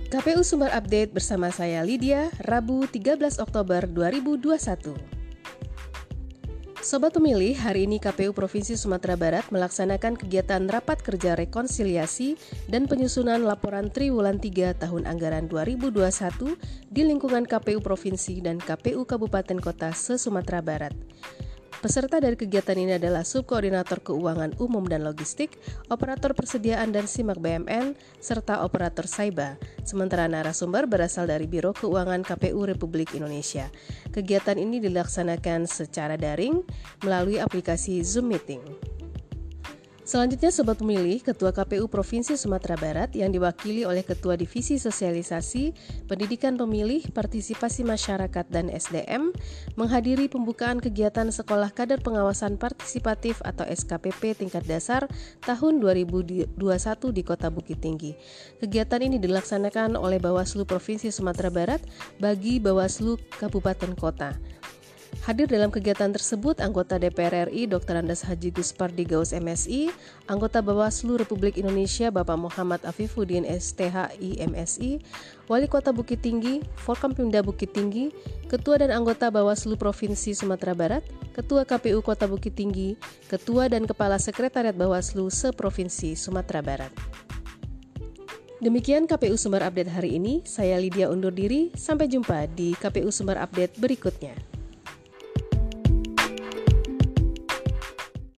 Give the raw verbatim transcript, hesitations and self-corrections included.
K P U Sumber Update bersama saya Lydia, Rabu tiga belas Oktober dua ribu dua puluh satu. Sobat Pemilih, hari ini K P U Provinsi Sumatera Barat melaksanakan kegiatan Rapat Kerja Rekonsiliasi dan Penyusunan Laporan Triwulan tiga Tahun Anggaran dua ribu dua puluh satu di lingkungan K P U Provinsi dan K P U Kabupaten Kota se-Sumatera Barat. Peserta dari kegiatan ini adalah Subkoordinator Keuangan Umum dan Logistik, Operator Persediaan dan Simak B M N, serta Operator Saiba. Sementara narasumber berasal dari Biro Keuangan K P U Republik Indonesia. Kegiatan ini dilaksanakan secara daring melalui aplikasi Zoom Meeting. Selanjutnya, Sobat Pemilih, Ketua K P U Provinsi Sumatera Barat yang diwakili oleh Ketua Divisi Sosialisasi, Pendidikan Pemilih, Partisipasi Masyarakat, dan S D M menghadiri pembukaan kegiatan Sekolah Kader Pengawasan Partisipatif atau S K P P tingkat dasar tahun dua ribu dua puluh satu di Kota Bukit Tinggi. Kegiatan ini dilaksanakan oleh Bawaslu Provinsi Sumatera Barat bagi Bawaslu Kabupaten Kota. Hadir dalam kegiatan tersebut anggota D P R R I Doktor Andes Haji Guspardi Gaus M Si, anggota Bawaslu Republik Indonesia Bapak Muhammad Afifuddin S T H I M Si, Wali Kota Bukit Tinggi, Forkompimda Bukit Tinggi, Ketua dan anggota Bawaslu Provinsi Sumatera Barat, Ketua K P U Kota Bukit Tinggi, Ketua dan Kepala Sekretariat Bawaslu se-Provinsi Sumatera Barat. Demikian K P U Sumber Update hari ini, saya Lydia undur diri, sampai jumpa di K P U Sumber Update berikutnya.